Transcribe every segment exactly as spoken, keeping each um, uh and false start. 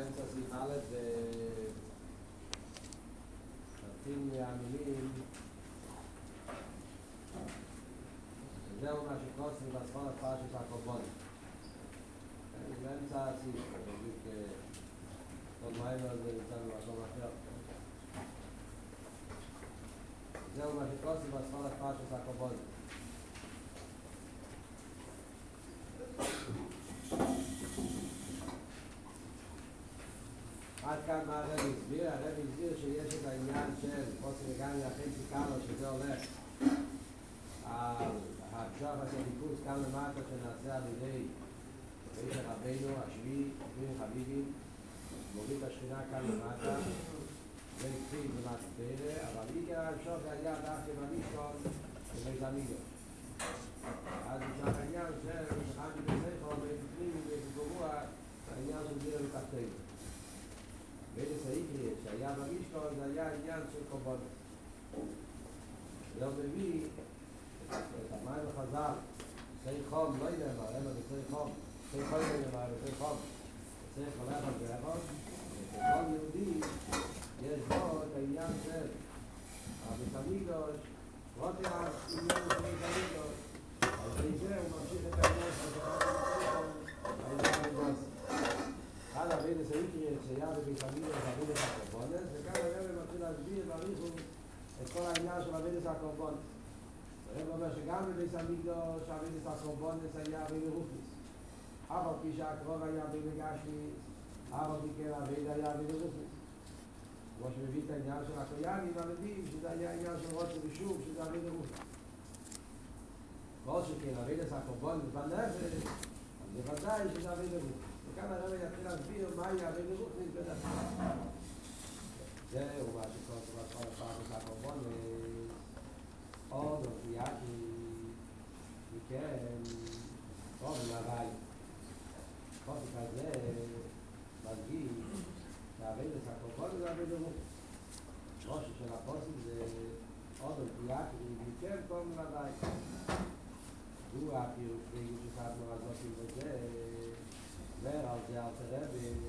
באמצע סעיף א' ונתחיל מהמילים וזהו מה שקוסם בספון הפרשת הקורבנות. באמצע הסעיף, בדיוק עוד מים הזה נמצא במקום אחר. זהו מה שקוסם בספון הפרשת הקורבנות. עד כאן מה הרב הסביר? הרב הסביר שיש את העניין של חוסר לגמרי החצי קלו שזה הולך על המשוך הסיליקוס כאן למטה שנעשה על ידי משה רבינו השביעי, אבינו חביבים, מוריד את השכינה כאן למטה והקפיד למטה פרא, אבל עיקר המשוך היה דווקא במשכון בבית המקדש. אז נשאר העניין של שכנתי בספר ובפנים ובגרוע העניין של דיר ותחתינו. ואלה סעיקריה שהיה במשכון זה היה עניין של קורבנות. זה מביא את המים החז"ל, שי חום, לא יודע מה, אין לו בשי חום, שי חום לא יודע מה, בשי חום, שי חולך על זרחון, ובכל יהודי יש בו את העניין של הבית המקדש, רוטי העניין של בית המקדש, על זה הוא ממשיך את העניין של העניין של כאן הרב סעיקריה שהיה בבית המקדש עבודת הקורבנות, וכאן הרב מתחיל להסביר באריכות את כל העניין של עבודת הקורבנות. הרב אומר שגם בבית המקדש עבודת הקורבנות היה ברוחניס. אף על פי שהקרוב היה בגשמיס, אף על פי כן העבודה היה ברוחניס. כמו שמביא את העניין של הכוהנים המביאים, שזה היה העניין של רוצה ושוב, שזה עבודה רוחניס. כל שכן עבודת הקורבנות בנפש, אז בוודאי שזה עבודה רוחניס. וכאן הרב יתחיל להסביר מהי עבודה רוחניס בנפש. זהו מה שכל כל הפרשת הקורבנות. עוד אופייתי מכן טוב מהבית. חופק הזה מדגיש שהעבודת הקורבנות זה עבודה רוחניס. ראש של הפוסק זה עוד אופייתי מכן טוב מהבית. הוא הפירוש בגלל שכתנו רזוקים וזה ועל זה אל תראה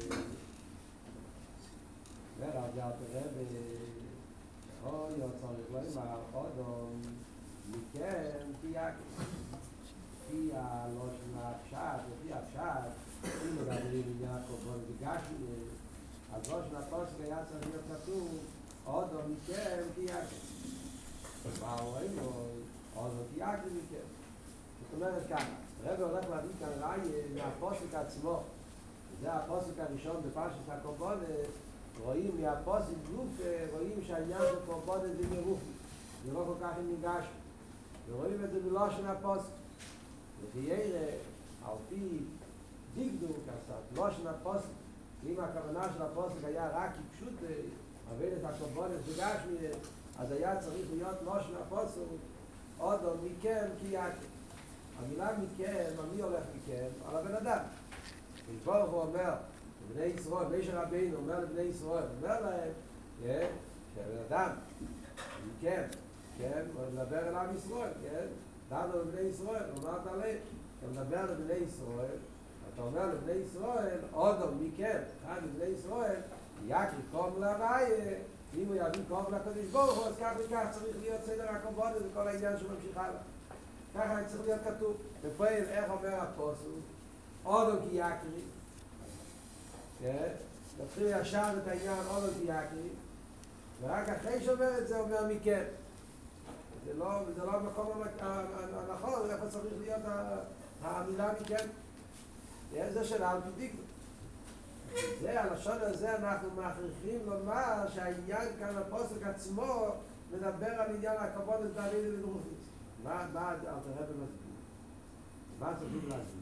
ועל זה אל תראה אוי צריך לומר אודום מכן תייקר כי הלושן הפשט לפי הפשט אם מדברים עניין הקורבנות בגשמי אז לושן הפוסק היה צריך להיות כתוב אודום מכן תייקר מה אומרים לו? אודום תייקר מכן זאת אומרת ככה הרב הולך להביא כאן ראיה מהפוסק עצמו זה הפוסק הראשון בפרשת הקורבנות רואים מהפוסק גוף, רואים שהעניין של קורבנות זה מרוחניס זה לא כל כך ניגש ורואים את זה בלושן הפוסק וחיירה על פי דקדוק קצת לושן הפוסק אם הכוונה של הפוסק היה רק כפשוט עבודת הקורבנות בגשמי אז היה צריך להיות לושן הפוסק אודום מכם כי יקר המילה מכם, מי הולך מכם? על הבן אדם. ברוך הוא אומר לבני ישראל, משה רבינו אומר לבני ישראל, אומר להם שהבן אדם, מכם, כן, הוא מדבר אל עם ישראל, כן, דנו לבני ישראל, הוא אומר את עליהם, אתה מדבר לבני ישראל, אתה אומר לבני ישראל, אודום מכם, אחד לבני ישראל, יקר קום להוויה, אם הוא יביא קום לקדוש ברוך הוא, אז כך וכך צריך להיות סדר הקורבנות וכל העניין שממשיך הלאה. ככה צריך להיות כתוב. בפועל איך אומר הפוסק? אודום כי יקרי. נתחיל ישר את העניין אודום כי יקרי. ורק אחרי שאומר את זה אומר מכן. זה לא, זה לא המקום הנכון, איפה צריך להיות המילה מכן. זה של על פי דקדוק. זה, הלשון הזה אנחנו מכריחים לומר שהעניין כאן הפוסק עצמו מדבר על עניין הקורבנות בעבודת רוחניס. מה, מה אל תראה במסביר? מה צריכים להגיד?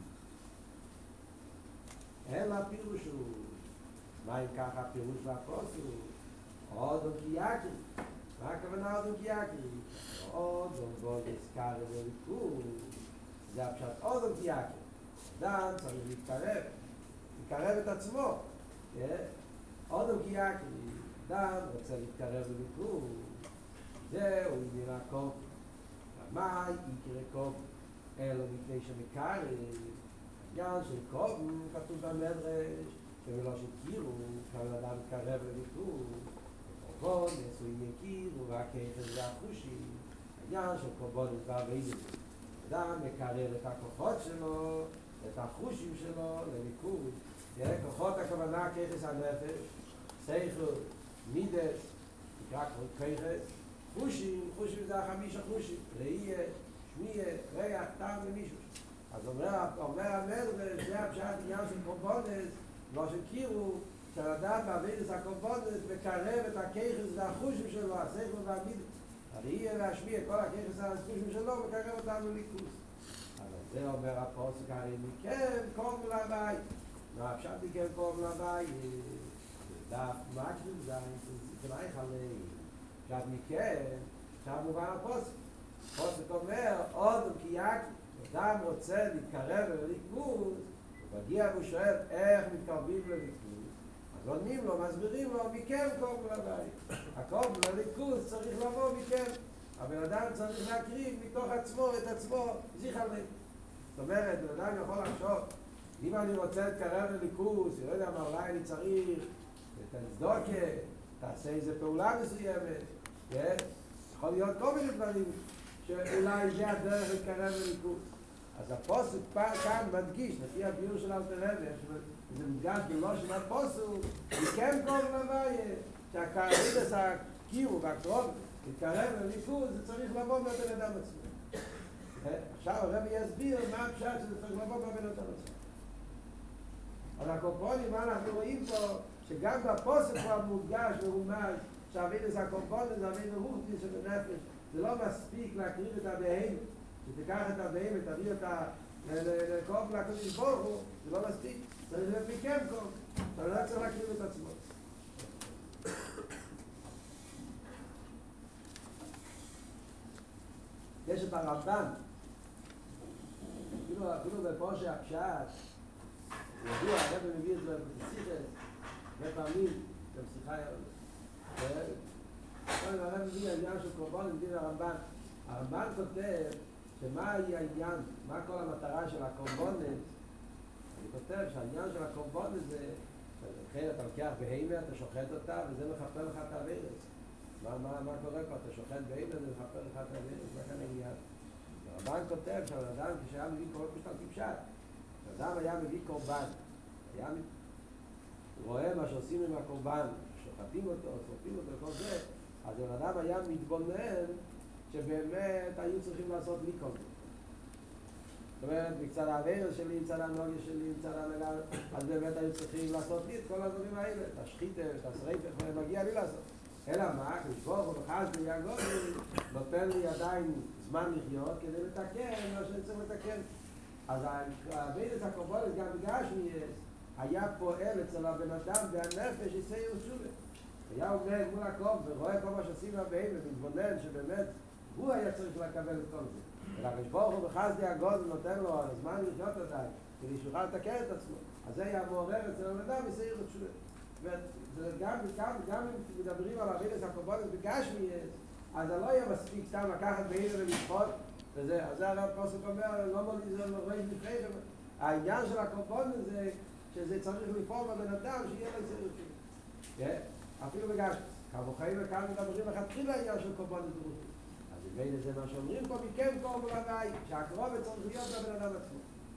אלא הפירוש הוא, מה אם ככה הפירוש והפוסק הוא? אודום כי יקר. מה הכוונה אודום כי יקר? אודום בו נזכר וליכוז. זה הפשט אודום כי יקר. אדם צריך להתקרב. להתקרב את עצמו. אודום כי יקר. אדם רוצה להתקרב וליכוז. זהו נראה קוף. מה יקרה קוף? אלו מפני שמקרב, עניין של קוף, כתוב במדרש, שבלושן קירו, כאן אדם קרב לליכוז, קורבן, נשוי יכירו, והכיחס והחושים, העניין של קורבן והביילים. אדם מקרב את הכוחות שלו, את החושים שלו לליכוז. כוחות הכוונה כיחס הנפש, שכל, מידס, נקרא כיחס, חושים, חושים זה החמישה חושים, ראייה, שמיעה, ריח, טעם ומישוש. אז אומר, אומר המדרש, זה הפשט עניין של קורבנס, לא שקירו, שהאדם בעבודת הקורבנס מקרב את הכיחס והחושים שלו, השכל והמידס. הראייה והשמיעה, כל הכיחס והחושים שלו, מקרב אותנו לליכוז. אבל זה אומר הפוסק, הרי מכם קורבו לבית. לא, אפשר מכם קורבו לבית. דף מקרים זין, זה גלייך עליהם. עכשיו מכם, עכשיו מובן הפוסק. הפוסק אומר, עוד כי יעקב, אדם רוצה להתקרב לליכוז, הוא מגיע והוא שואל איך מתקרבים לליכוז. אז עונים לו, מסבירים לו, מכם קורבו לבית. הקורבו לליכוז צריך לבוא מכם. הבן אדם צריך להקריב מתוך עצמו את עצמו, זיכר לב. זאת אומרת, בן אדם יכול לחשוב, אם אני רוצה להתקרב לליכוז, לא יודע מה, אולי אני צריך את הצדוקה, תעשה איזו פעולה מסוימת, כן? יכול להיות כל מיני דברים שאולי זה הדרך להתקרב לליכוז. אז הפוסק כאן מדגיש, לפי הביור של אלתר רבי, זה מדגש בלושן הפוסק, מכם קורבו לבית, שהקריבס הקירו והקרוב להתקרב לליכוז, זה צריך לבוא מהבן אדם עצמו. עכשיו הרבי יסביר מה הפשט שזה צריך לבוא מהבן אדם עצמו. אבל הקורבנים, מה אנחנו רואים פה, שגם בפוסק כבר מודגש ורומז שהאבודת הקורבנס זה אבודת רוחנית שבנפש. זה לא מספיק להקריב את הבהמה, שתיקח את הבהמה, תביא אותה לקורבן לקדוש ברוך הוא, זה לא מספיק. צריך להיות מכם קורבן, אתה לא צריך להקריב את עצמו. יש את הרמב"ן, אפילו בפרשת הפשט, ידוע, הרב מביא את זה בשיחה, הרבה פעמים, גם שיחה הרב מביא העניין של קורבן, מביא לרמב"ן. הרמב"ן כותב שמה העניין, מה כל המטרה של הקורבן, אני כותב שהעניין של הקורבן זה, לכן אתה לוקח בהמה, אתה שוחט אותה, וזה מכפר לך את העבירה. מה, מה, מה קורה פה? אתה שוחט בהמה, זה מכפר לך את העבירה, מה כאן העניין? הרמב"ן כותב שהאדם כשהיה מביא קורבן משתלטים פשט, כשאדם היה מביא קורבן, היה רואה מה שעושים עם הקורבן, שוחטים אותו, שורפים אותו, כל זה, אז האדם היה מתבונן שבאמת היו צריכים לעשות לי קורבן. זאת אומרת, מצד העבירה שלי, מצד הנוגיה שלי, מצד המגע, אז באמת היו צריכים לעשות לי את כל הדברים האלה, את השחיתה, את השריפה, מגיע לי לעשות. אלא מה? כשבוך ובחז לי הגודל, נותן לי עדיין זמן לחיות כדי לתקן מה שאני צריך לתקן. אז העבודת הקורבן גם בגשמי היה פועל אצל הבן אדם והנפש יסייר שובה. היה עומד מול הקורבן ורואה כל מה שעושים הבאים ומתבונן שבאמת הוא היה צריך לקבל את כל זה. אלא כשבוך ובחז לי הגודל נותן לו זמן לחיות עדיין כדי שיוכל לתקן את עצמו. אז זה היה מעורר אצל הבן אדם יסייר שובה. גם, גם, גם אם מדברים על עבודת הקורבן בגשמי, אז זה לא יהיה מספיק סתם לקחת בעיר ולשחוט, וזה, אז זה הרב פוסק אומר, לא מוליד זה לא רואים לפני, העניין של הקורבן זה שזה צריך לפעול בבן אדם שיהיה לו יסיר שובה. אפילו בגשמי. כמוכאים וכאן מדברים לך תחיל העניין של קורבן דרוכי. אז אם זה מה שאומרים פה, מכם קורבו לבית, שהקרובת צריך להיות בבן אדם עצמו.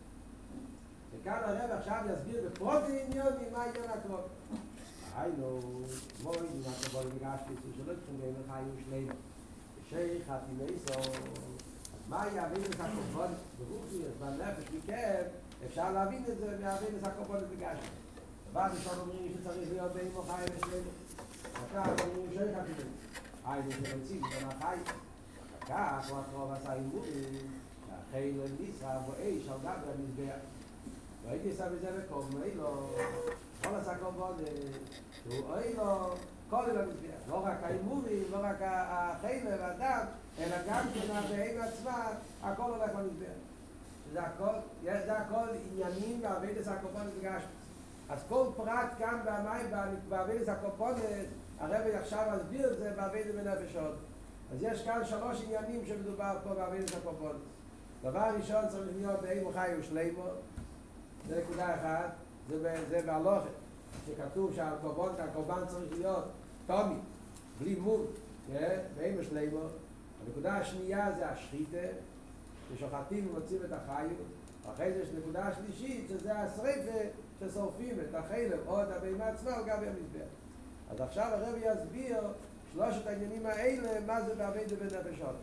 וכאן הרב עכשיו יסביר בפרוטי עניוני מה עניין הקרובת. היינו, מוי, אם אתה בוא לגשתי, שלא תחונגים לך היו שלמה. שייך התימייסו, אז מה היה עבודת הקורבן ברוחי, אז בנפש מכם, אפשר להבין את זה מעבודת הקורבן בגשתי. דבר ראשון אומרים שצריך להיות בין מוחי ושלמה. אחר כך אומרים שייך התימייסו. היינו שרציב, זה מהחי. אחר כך הוא הקרוב עשה אימורים, שהחיל נשרף או איש על גב המזבח. והייתי עושה בזה בקורבן, אוי לו, כל עשה קורבן, שהוא אוי לו, כל אלה מזבח. לא רק האימורים, לא רק החילה והדם, אלא גם כן הבהמה עצמה, הכל הולך למזבח. שזה הכל, זה הכל עניינים בעבודת הקורבן בגשמי. אז כל פרט כאן במים, בעבודת הקורבן, הרבי עכשיו מסביר את זה בעבודת בנפש עוד. אז יש כאן שלוש עניינים שמדובר פה בעבודת הקורבן. דבר ראשון צריך להיות בהמה חי ושלמה, זה נקודה אחת, זה, זה בהלוכה. שכתוב שהקורבן, הקורבן צריך להיות תומי, בלי מום, ואימא שלמה. הנקודה השנייה זה השחיתה, ששוחטים ומוצאים את החיות. אחרי זה יש נקודה שלישית, שזה השריפה ששורפים את החלב או את הבהמה עצמה על גבי המזבח. אז עכשיו הרב יסביר שלושת העניינים האלה, מה זה בעבודה בנפשות.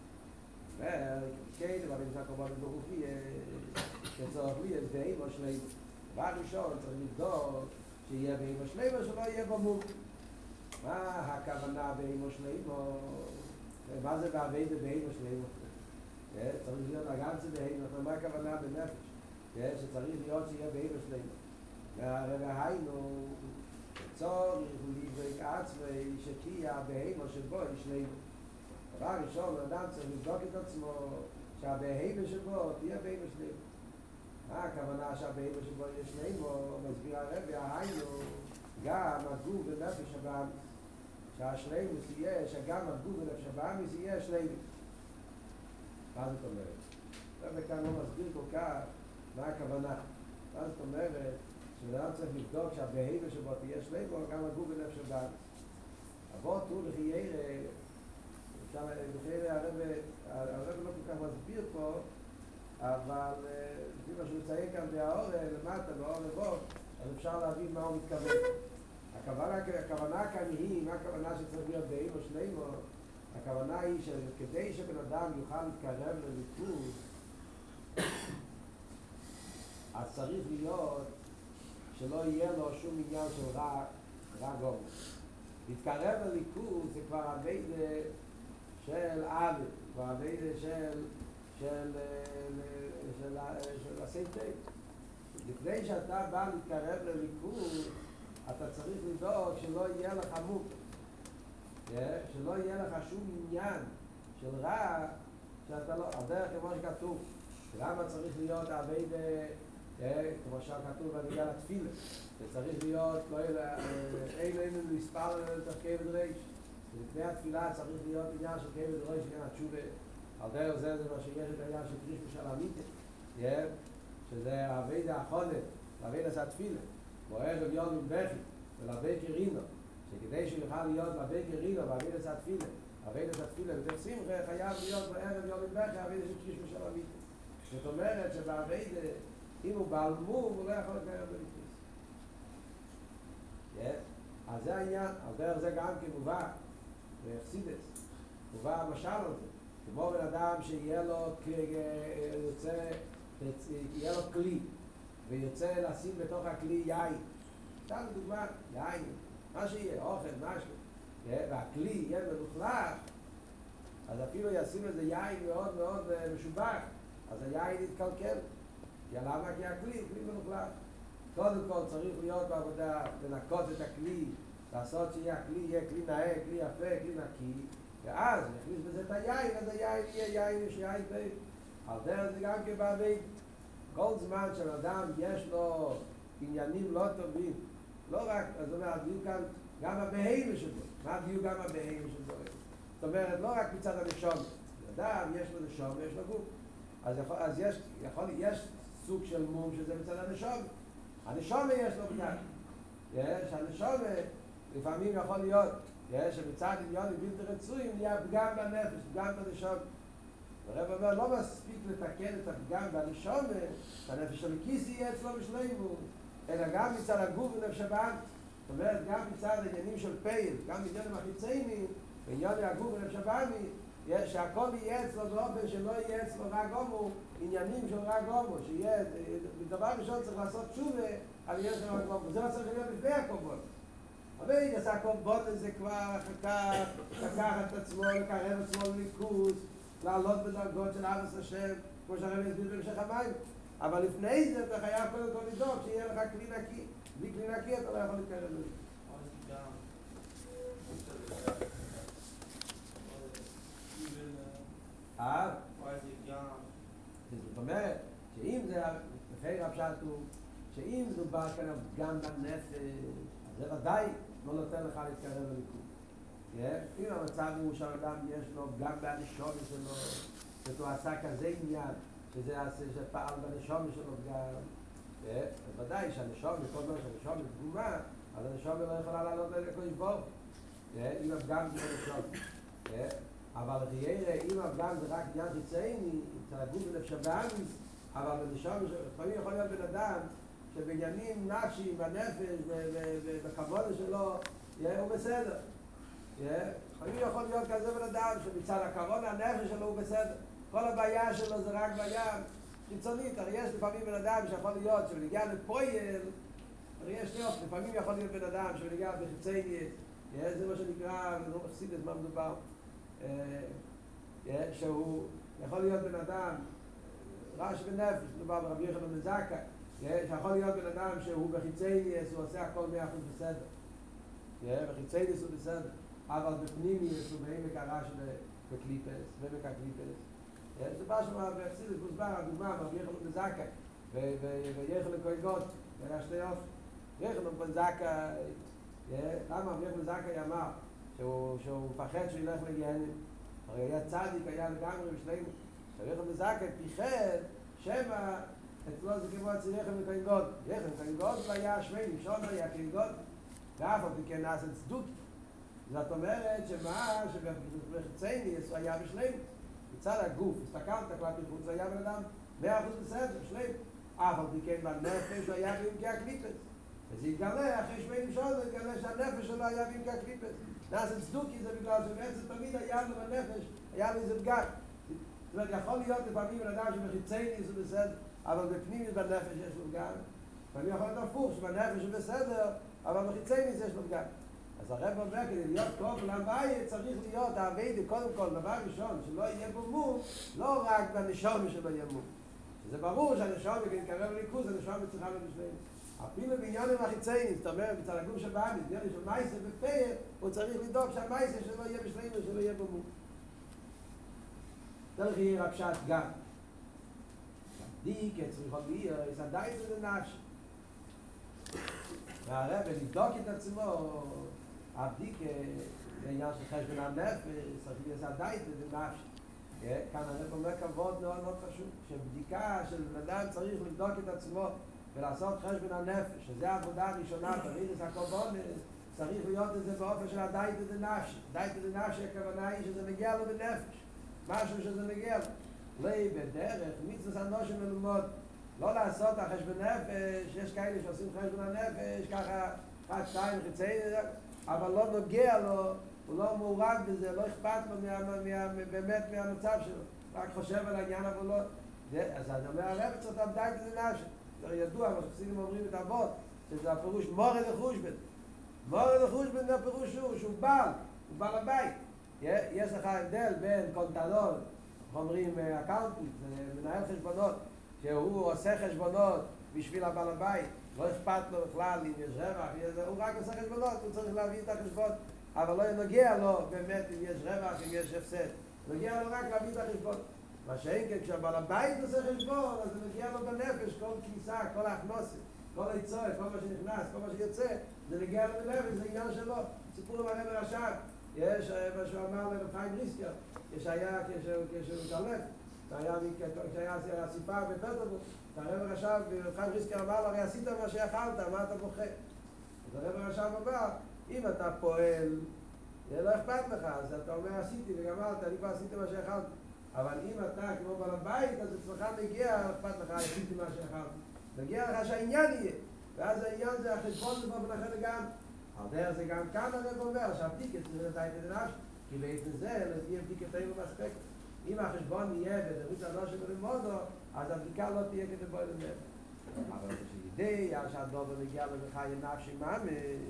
וכן, אבל אם זה הקורבן ברוחי, שצורך לי את בהמה שלמה. דבר ראשון צריך לבדוק שיהיה בהמה שלמה, שלא יהיה במום. מה הכוונה בהמה שלמה? מה זה בעבודה בהמה שלמה? צריך להיות הגנצה בהמה, מה הכוונה בנפש? שצריך להיות שיהיה בהמה שלמה. והיינו, צורך לבדוק עצמי שתהיה הבהמה שבו היא שלמה. דבר ראשון, האדם צריך לבדוק את עצמו שהבהמה שבו תהיה בהמה שלמה. מה הכוונה שהבהמה שבו יהיה שלמה? מסביר הרב, היינו, גם הגוף ונפש הבאמיס. שהשלמות יהיה, שגם הגוף ונפש הבאמיס יהיה שלמה. מה זאת אומרת? הרב כאן לא מסביר כל כך מה הכוונה. מה זאת אומרת? שאדם צריך לבדוק שהבהמה שבו תהיה שלמה, גם הגוף ונפש הבאמיס. אבות הוא לחיירה, לחיירה הרב לא כל כך מסביר פה, אבל לפי מה שהוא מציין כאן באור למטה, באור לבוא, אז אפשר להבין מה הוא מתכוון. הכוונה, הכוונה כאן היא, מה הכוונה שצריך להיות בהמה שלמה? הכוונה היא שכדי שבן אדם יוכל להתקרב לליכוז, אז צריך להיות שלא יהיה לו שום עניין של רע, רע גומר. להתקרב לליכוז זה כבר עבודה של עבד, כבר עבודה של של של של הסייטי. לפני שאתה בא להתקרב לליכוז, אתה צריך לדאוג שלא יהיה לך מוק, שלא יהיה לך שום עניין של רע, שאתה לא, הדרך כמו שכתוב, למה צריך להיות עבודה, כמו שכתוב בנגיעה לתפילה, שצריך להיות, לא יהיה, אין לנו להספר לתוך כבד ריש, ולפני התפילה צריך להיות עניין של כבד ריש, עניין התשובה, על דרך זה זה מה שיש את העניין של קריש ושלמיתה, שזה עבודה החונן, עבודה זה התפילה, בוער להיות עם בכי ולבקר רינו, שכדי שיוכל להיות לבקר רינו ועבודה זה התפילה, עבודה זה התפילה בדרך שמחה חייב להיות בערב יום עם בכי, עבודה של קריש ושלמיתה. זאת אומרת שבעבודה, אם הוא בעל מום, הוא לא יכול לקרב בליכוז. אז זה העניין, על דרך זה גם כמובן, בחסידות, מובא המשל על זה. כמו בן אדם שיהיה לו, יוצא, יהיה לו כלי, ויוצא לשים בתוך הכלי יין. סתם דוגמה, יין, מה שיהיה, אוכל, משהו. והכלי יהיה מלוכלך, אז אפילו ישים איזה יין מאוד מאוד משובח, אז היין יתקלקל. כי למה? כי הכלי, כלי מלוכלך. קודם כל צריך להיות בעבודה, לנקות את הכלי, לעשות שיהיה הכלי, יהיה כלי נאה, כלי יפה, כלי נקי, ואז נכניס בזה את היין, אז היין יהיה יין, יש יין טוב. על דרך זה גם כבעבד. כל זמן שלאדם יש לו עניינים לא טובים, לא רק, אז אומר, הדיוק כאן גם הבהמה שבו. מה הדיוק גם הבהמה שבו? זאת אומרת, לא רק מצד הנשום. אדם יש לו נשום ויש לו גוף. אז, יכול, אז יש, יכול, יש סוג של מום שזה מצד הנשום. הנשום יש לו פגם. יש, הנשום לפעמים יכול להיות, יש, שמצד עניונים בלתי רצויים נהיה פגם בנפש, פגם בנשום. הרב אומר, לא מספיק לתקן את הפגם בנשום, בנפש של הכיס יהיה אצלו בשלמות, אלא גם מצד הגוף ונפש הבאמיס. זאת אומרת, גם מצד עניינים של פעיל, גם עניינים החיצוניים, בענייני הגוף ונפש הבאמיס, שהכל יהיה אצלו באופן שלא יהיה אצלו רע גומו, עניינים של רע גומו, שיהיה, בדבר ראשון צריך לעשות תשובה על עניין של רע גומו. זה לא צריך להיות לפני הקורבן. אבל אם עשה הקורבן הזה כבר אחר כך, לקחת את עצמו, לקרב את עצמו לליכוז, לעלות בדרגות של אבס השם, כמו שהרב יסביר בהמשך המים. אבל לפני זה אתה חייב קודם כל לדאוג שיהיה לך כלי נקי. בלי כלי נקי אתה לא יכול להתקרב לזה. אה? זאת אומרת, שאם זה, לפי רב שט הוא, שאם זה בא כאן גם בנפש, זה ודאי לא נותן לך להתקרב לליכוז. אם המצב הוא שהאדם יש לו גם בנשום שלו, שהוא עשה כזה עניין, שזה שפעל בנשום שלו גם, ודאי שהנשום, כל זמן שהנשום היא פגומה, אז הנשום לא יכולה לעלות לקודש ברוך הוא. אם הפגם זה הנשום. אבל תראה, אם הפגם זה רק עניין חיצוני, אצל הגוף ונפש הבאמיס, אבל בנשום, לפעמים יכול להיות בן אדם שבעניינים נפשיים, בנפש, בכבוד שלו, הוא בסדר. לפעמים יכול להיות כזה בן אדם שמצד הכבוד הנפש שלו הוא בסדר. כל הבעיה שלו זה רק בעיה חיצונית. הרי יש לפעמים בן אדם שיכול להיות שבנגיע לפועל, הרי יש שני אופן, לפעמים יכול להיות בן אדם שבנגיע בחיצוני, זה מה שנקרא, לא מחסיד את מה מדובר, שהוא יכול להיות בן אדם רעש בנפש, מדובר ברבי יוחנן בן זכאי, שיכול להיות בן אדם שהוא בחיצוני, הוא עושה הכל מאה אחוז בסדר. בחיצוני הוא בסדר, אבל בפנימי הוא בעמק הרעש בקליפס, בעמק הקליפס. זה בא שם בחסידות מוסבר, הדוגמה, רבי יוחנן בן זכאי ויוחנן כהן גדול, היה שני אופן. יוחנן בן זכאי, למה רבי יוחנן בן זכאי אמר שהוא מפחד שהוא ילך לגיהנום? הרי היה צדיק, היה לגמרי בשלמות. יוחנן בן זכאי פיחד שמא אצלו זה כמו אצל יוחנן כהן גדול. יוחנן כהן גדול היה שמיני, שון היה כהן גדול, ואף על פי כן נעשה צדוק. זאת אומרת שמה שבחצייני הוא היה בשלמות. מצד הגוף, הסתכלת כלפי חוץ, זה היה בן אדם מאה אחוז בסדר, בשלם. אף על פי כן בנפש הוא היה בעמקי הקליפס. וזה יתגלה, אחרי שמונים שעות זה יתגלה שהנפש שלו היה בעמקי הקליפס. נעשה צדוקי זה בגלל שבעצם תמיד היה לו בנפש, היה לו איזה פגם. זאת אומרת, יכול להיות לפעמים בן אדם שבחיצייני זה בסדר, אבל בפנימי בנפש יש לו פגם. לפעמים יכול להיות הפוך, שבנפש הוא בסדר, אבל בחיצייני יש לו פגם. אז הרב אומר, כדי להיות טוב ולבית צריך להיות העבודה, קודם כל, דבר ראשון, שלא יהיה בו מום, לא רק בנשום שלא יהיה מום. זה ברור שהנשום כנקרב לליכוז, הנשום צריכה להיות בשבילים. אפילו בעניינים החיצוניים, זאת אומרת, בצד הגוף שבאמיס, בעניינים של מייסר ופייר, הוא צריך לדאוג שהמייסר שלא יהיה בשבילים ושלא יהיה בו מום. צריך יהיה רק שעת גם. דיקה צריכות להיות, יש עדיין זה נפש. והרב לבדוק את עצמו, הבדיקה זה עניין של חשבון הנפש, צריך להיות עדיין זה נפש. כאן הרב אומר כבוד מאוד מאוד חשוב, שבדיקה של אדם צריך לבדוק את עצמו ולעשות חשבון הנפש, שזה העבודה הראשונה, תמיד את הקורבן, צריך להיות את זה באופן של עדיין זה נפש. עדיין זה נפש, הכוונה היא שזה מגיע לו בנפש, משהו שזה מגיע לו. לא בדרך, מצווה אנושים ללמוד, לא לעשות החשבון נפש, יש כאלה שעושים חשבון הנפש, ככה אחד, שתיים, חיצי, אבל לא נוגע לו, הוא לא מעורב בזה, לא אכפת לו מה, מה, מה, באמת מהמצב שלו, רק חושב על העניין, אבל לא. אז אני אומר, הרב צריך לדעת את זה נפש. זה ידוע, מה שחסידים אומרים את אבות, שזה הפירוש מורה לחושבן. מורה לחושבן זה הפירוש הוא, שהוא בעל, הוא בעל הבית. יש לך הבדל בין קונטדור, אומרים אקאונטנט, מנהל חשבונות, שהוא עושה חשבונות בשביל הבעל הבית, לא אכפת לו בכלל אם יש רווח, הוא רק עושה חשבונות, הוא צריך להביא את החשבון, אבל לא נגיע לו באמת אם יש רווח, אם יש הפסד, נגיע לו רק להביא את החשבון. מה שאין כן, כשהבעל הבית עושה חשבון, אז זה מגיע לו בנפש, כל כניסה, כל ההכנסה, כל היצור, כל מה שנכנס, כל מה שיוצא, זה מגיע לו בנפש, זה עניין שלו. סיפור עם הרב הרש"ב, יש מה שהוא אמר לרב חיים ריסקר, כשהיה, כשהוא התעלף, כשהיה הסיפה בפטרבורג, הרב הרש"ב, רב חיים ריסקר אמר לו, הרי עשית מה שיכלת, מה אתה בוכה? אז הרב הרש"ב אמר, אם אתה פועל, לא אכפת לך, אז אתה אומר עשיתי וגמרת, אני כבר עשיתי מה שיכלת. אבל אם אתה כמו בעל הבית, אז אצלך מגיע, אכפת לך, עשיתי מה שיכלת. מגיע לך שהעניין יהיה, ואז העניין זה החשבון זה באופן אחר לגמרי. על דרך זה גם כאן הרב אומר, שהבדיקה צריך לדעת את הנפש, כי בעצם זה לא תהיה בדיקה תאירו באספקט. אם החשבון יהיה בדריץ הנושא ולמודו, אז הבדיקה לא תהיה כדי בוא לנפש. אבל כשידע שהדובר מגיע לבחי נפשי ממש,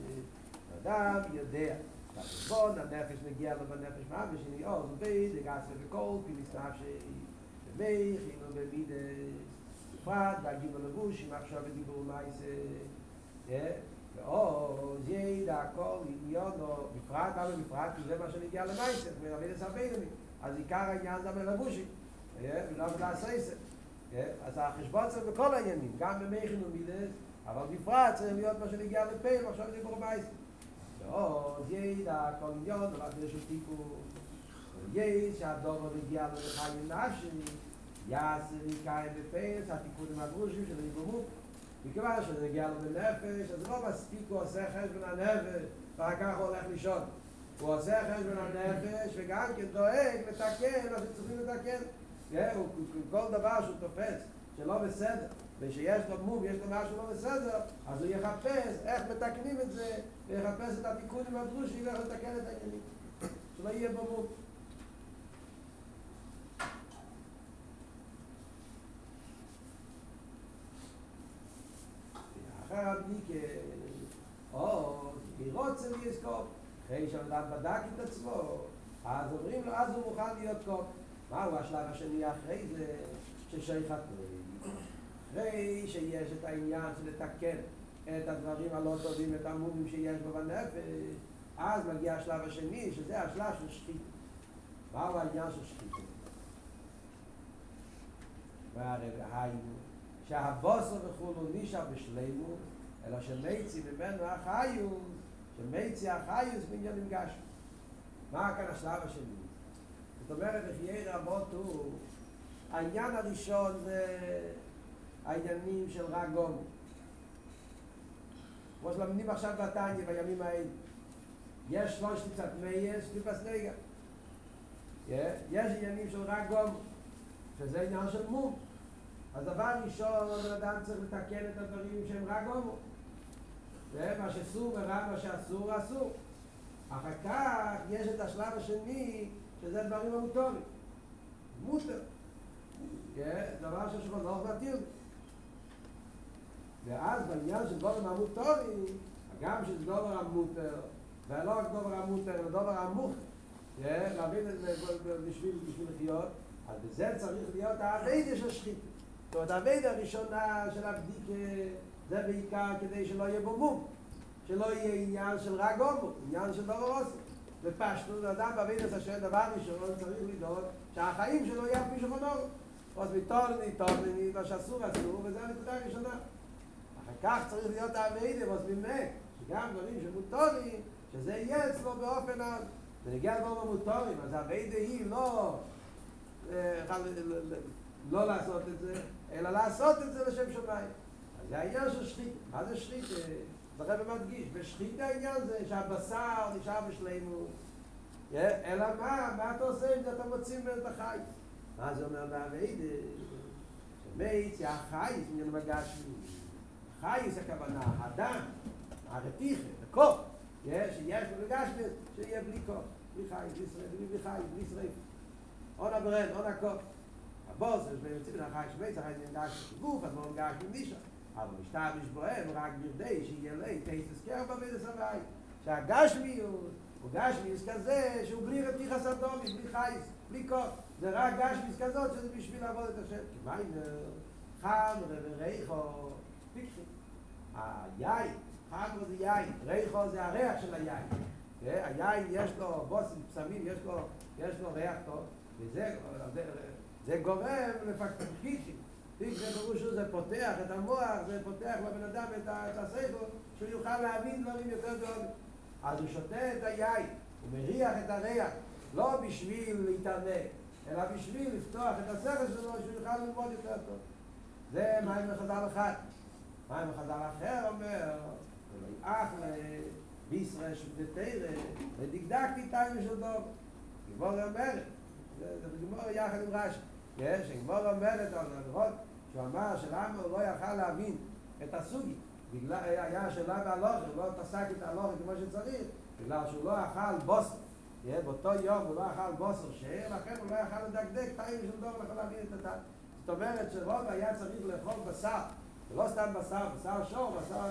אדם יודע. החשבון, הנפש מגיע לו בנפש ממש, שאני עוז ובי, דגס ובכל, פיליס נפשי, במי, חינו במידס, בפרט, בהגיב הלבוש, עם עכשיו ודיבור מייסה, ועוז ידע הכל, עניונו, בפרט, אבל בפרט, כי זה מה שנגיע למייסה, מלמד את סרבינמי, אז עיקר העניין זה המלבושי, ולא בלעשייסה. אז החשבון צריך בכל העניינים, גם במי חינו מידס, אבל בפרט צריך להיות מה שנגיע לפעם, עכשיו ודיבור מייסה. ועוד ידע כל עניון, רק יש תיקון, יש שהדובר מגיע לחיים נפשי, יעשה ויקיים בפייס, התיקון עם הדרושים של ריבומות, מכיוון שזה נגיע לו בנפש, אז לא מספיק הוא עושה חשבון הנפש ואחר כך הוא הולך לישון. הוא עושה חשבון הנפש וגם כן דואג לתקן מה שצריכים לתקן. הוא, כל דבר שהוא תופס שלא בסדר ושיש לו מום, יש לו משהו לא בסדר, אז הוא יחפש איך מתקנים את זה ויחפש את התיקונים הדרושים ואיך לתקן את העניינים שלא יהיה בו מום. אחר הבדיקה, או לראות זה ליסקופ, אחרי שהאדם בדק את עצמו, אז אומרים לו, אז הוא מוכן להיות קופ. מהו השלב השני אחרי זה? ששייכת אחרי שיש את העניין של לתקן את הדברים הלא טובים, את המומים שיש בו בנפש, אז מגיע השלב השני, שזה השלב של שחית. מהו העניין של שחית? והרי היינו שהבוסר וכולו נשאר בשלימות, אלא שמייצי ממנו החיוס, שמייצי החיוס בעניינים גשמיים. מה כאן השלב השני? זאת אומרת, בחיי רבות הוא, העניין הראשון זה העניינים של רגום. כמו שלמדים עכשיו בתניא בימים האלה. יש שלוש קצת מייס, טיפס נגע. יש עניינים של רגום, שזה עניין של מום. אז דבר ראשון, הבן אדם צריך לתקן את הדברים שהם רגום. מה שאסור ורע, מה שאסור, אסור. אחר כך יש את השלב השני, שזה דברים המוטורים. מוטר. דבר ששוכן לא מתיר. ואז בעניין של דברים המוטורים, גם שזה דבר המוטר, ולא רק דבר המוטר, אלא דבר המוכר, להבין את זה בשביל לחיות, אז בזה צריך להיות העבודה של שחית. זאת אומרת, העבודה הראשונה של הבדיקה, זה בעיקר כדי שלא יהיה בו מום. שלא יהיה עניין של רגום, עניין של דבר עושה. ופשטות, אדם בעבודת השם דבר ראשון צריך לדאוג שהחיים שלו יהיה כפי שכנור. אז מתורני, תורני, מה שאסור אסור, וזה הנקודה הראשונה. אחר כך צריך להיות העבודה, אז באמת, שגם דברים שמותרים, שזה יהיה אצלו באופן ה... זה נגיע לדברים המותרים, אז העבודה היא לא... לא לעשות את זה, אלא לעשות את זה לשם שמיים. אז זה העניין של שחית. מה זה שחית? הרב מדגיש, בשחית העניין זה שהבשר נשאר בשלימות. אלא מה? מה אתה עושה אם אתה מוציא ממנו את החי? מה זה אומר בעבודה? שמייץ, החי, זה עניין מגשמי. חי זה הכוונה, הדם, הרתיחה, הכוח. שיש לו מגשמי, שיהיה בלי כוח. בלי חי, בלי שריף, בלי חי, בלי שריף. און הברן, און הכוח. הבוס, יש בהם יוצאים מן החי, שמייץ, החי זה מגשמי גוף, אז לא מגשמי נישה. אבל משתמש בוהם רק בכדי שיהיה לי תסס קר בעבודת הסבייה. שהגשמיות הוא גשמיות כזה שהוא בלי רתיחת אטומי, בלי חייס, בלי כוח. זה רק גשמיות כזאת שזה בשביל לעבוד את השם. כי מיינר, חמר וריחו, פיקחי. היין, חמר זה יין, ריחו זה הריח של היין. היין יש לו בוסים, פסמים, יש לו, יש לו ריח טוב, וזה זה גורם לפקפקיקים. פיק זה פירושו, זה פותח את המוח, זה פותח לבן אדם את השכל, שהוא יוכל להבין דברים יותר גדולים. אז הוא שותה את היין, הוא מריח את הריח, לא בשביל להתענה, אלא בשביל לפתוח את השכל שלו, שהוא יוכל ללמוד יותר טוב. זה מים מחז"ל אחד. מים מחז"ל אחר אומר, אך בישראל שבתרא, ודקדקתי תיינו של דוב. גמור אומרת, זה בגמור יחד עם רש"י. יש, גמור אומרת על הדרות, שהוא אמר שלמה הוא לא יכל להבין את הסוגי, בגלל היה שאלה בהלוכה, הוא לא תעסק את ההלוכה כמו שצריך, בגלל שהוא לא אכל בוסר, באותו יום הוא לא אכל בוסר שאר, לכן הוא לא יכל לדקדק תאים של דור, לא יכול להבין את התא. זאת אומרת שרוב היה צריך לאכול בשר, ולא סתם בשר, בשר שור, בשר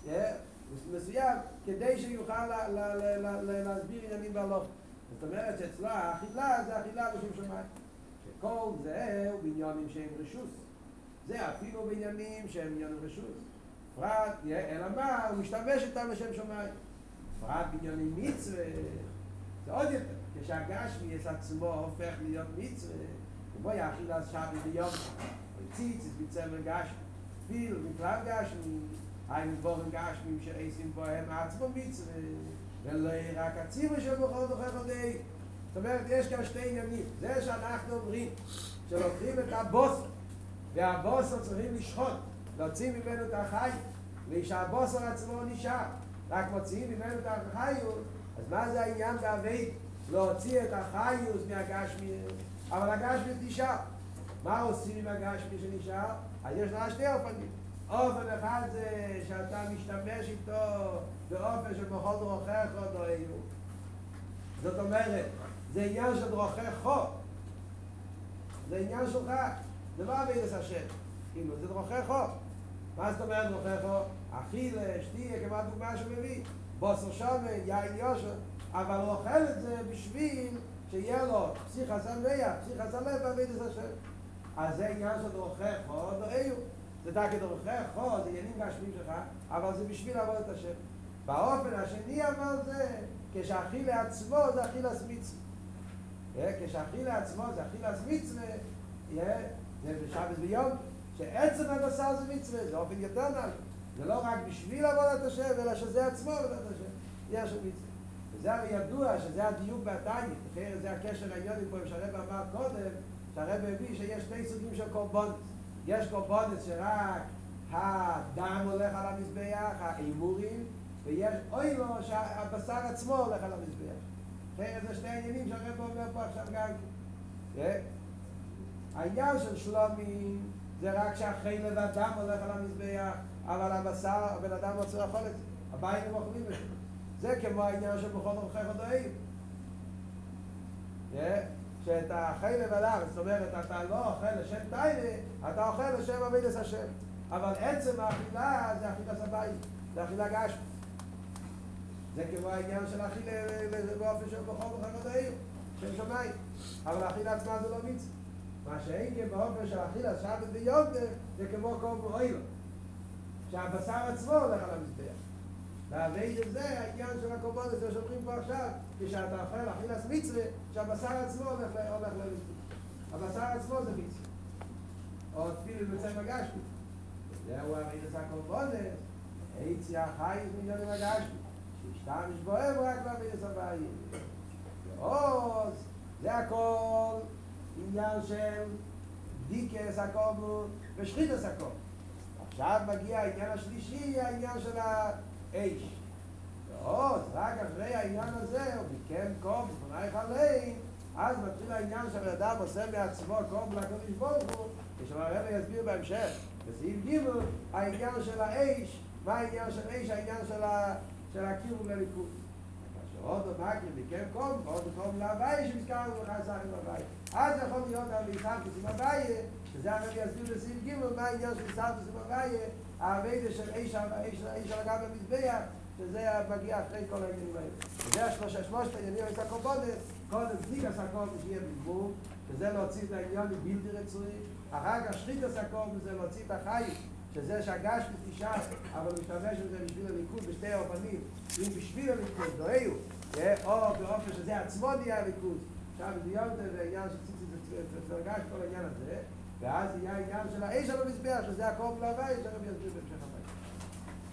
מסוים, כדי שיוכל להסביר עניינים בהלוכה. זאת אומרת שאצלה האכילה זה אכילה לשם שמיים. שכל זה הוא בעניינים שהם רשוס. זה אפילו בעניינים שהם עניינים רשוס. פרט, אלא מה? הוא משתמש איתם לשם שמיים. פרט בעניינים מצווה. זה עוד יותר. כשהגשמי את עצמו הופך להיות מצווה, כמו יאכיל אז שבי ביום. וציץ את בצמר גשמי. תפיל מכלל גשמי. היינו דבורים גשמים שעשים בהם עצמו מצווה. ולא רק הציבור של בכל דוחך עודי. זאת אומרת, יש כאן שתי עניינים. זה שאנחנו אומרים שלוקחים את הבוסר, והבוסר צריכים לשחוט, להוציא ממנו את החי, ושהבוסר עצמו נשאר. רק מוציאים ממנו את החיוס, אז מה זה העניין בעבד? להוציא את החיוס מהגשמיות, אבל הגשמיות נשאר. מה עושים עם הגשמיות שנשאר? אז יש לך שתי אופנים. אופן אחד זה שאתה משתמש איתו באופן של בכל דרוכך או דואיו. זאת אומרת, זה עניין של דרוכך. זה עניין שלך. זה לא עבד את השם. כאילו, זה דרוכך. מה זאת אומרת דרוכך? אכילה, שתייה, כמו הדוגמה שהוא מביא. בוסר שומן, יין יושר. אבל הוא אוכל את זה בשביל שיהיה לו פסיכה סמיה, פסיכה סמיה בעבד את השם. אז זה עניין של דרוכך או דואיו. זה דקה דרוכך, זה עניינים גשמיים שלך, אבל זה בשביל לעבוד את השם. באופן השני אבל זה, כשאכילה עצמו זה אכילת מצווה. כשאכילה עצמו זה אכילת מצווה, זה בשבת ביום, שעצם הבשר זה מצווה, זה אופן יותר נעלה. זה לא רק בשביל לעבוד את השם, אלא שזה עצמו עבוד את השם. יש מצווה. וזה הרי ידוע שזה הדיוק בתניא, זה הקשר העניוני פה, שהרב אמר קודם, שהרב הביא שיש שני סוגים של קורבנות. יש קורבנות שרק הדם הולך על המזבח, האימורים, ויש אוי לו שהבשר עצמו הולך על המזבח. זה שני העניינים שהרב אומר פה עכשיו גם. העניין של שלומי זה רק שהחלב והדם הולך על המזבח, אבל הבשר, הבן אדם רוצה לאכול את זה. הבאים הם אוכלים את זה. זה כמו העניין של בכל דרכך דואיו. שאת החלב עליו, זאת אומרת, אתה לא אוכל לשם טיינה, אתה אוכל לשם עבודת השם. אבל עצם האכילה זה אכילת הבית, זה אכילה גשמית. זה כמו העניין של אכילה באופן של בכל דרכך דואיו, שם שמיים. אבל האכילה עצמה זה לא מצווה. מה שאין כן באופן של אכילה שבת ויום זה כמו קום אוילו. שהבשר עצמו הולך על המזבח. והעבד הזה, העניין של הקורבנות, זה שאומרים פה עכשיו, כשאתה אוכל אכילת מצווה, שהבשר עצמו הולך למזבח. הבשר עצמו זה מצווה. או תפילה בצבע גשמי. זהו העבד הזה הקורבנות, היציא החייס מיליונים הגשמי. שישתמש בוהם רק לעבד הזה הבאים. ועוז, זה הכל עניין של דיקס הקורבנות ושחיתס הקורבנות. עכשיו מגיע העניין השלישי, העניין של האש. ועוד, רק אחרי העניין הזה, הוא ביקם קורבן לפנייך עליהם, אז מתחיל העניין שהאדם עושה מעצמו קורבן לקדוש ברוך הוא, ושהרב יסביר בהמשך, בסעיף ג' העניין של האש, מה העניין של האש? העניין של הקירוב לליכוד. שעוד המקרים ביקם קורבן, ועוד קורבן להווי שמזכרנו בחסכים להווי. אז יכול להיות המיסרקס עם הווי, שזה הרב יסביר בסעיף ג' מה העניין של מיסרקס עם הווי, העבודה של אש על הגב המזבח, שזה מגיע אחרי כל העניינים האלה. וזה השלושה, שלושת העניינים של הקורבנות, קודם בדיקת הקורבן שיהיה בגבול, שזה להוציא את העניין מבלתי רצוי, אחר כך שחיתת הקורבן זה להוציא את החיים, שזה שהגשמיות נשאר, אבל משתמש בזה בשביל הליכוד בשתי האופנים, אם בשביל הליכוד דואיו, או באופן שזה עצמו נהיה הליכוד, עכשיו ביום זה העניין של ציצית וצרגש, כל העניין הזה, ואז יהיה העניין של האש על המזבח, שזה הקורבן להווי, שהרב יסביר בהמשך הבא.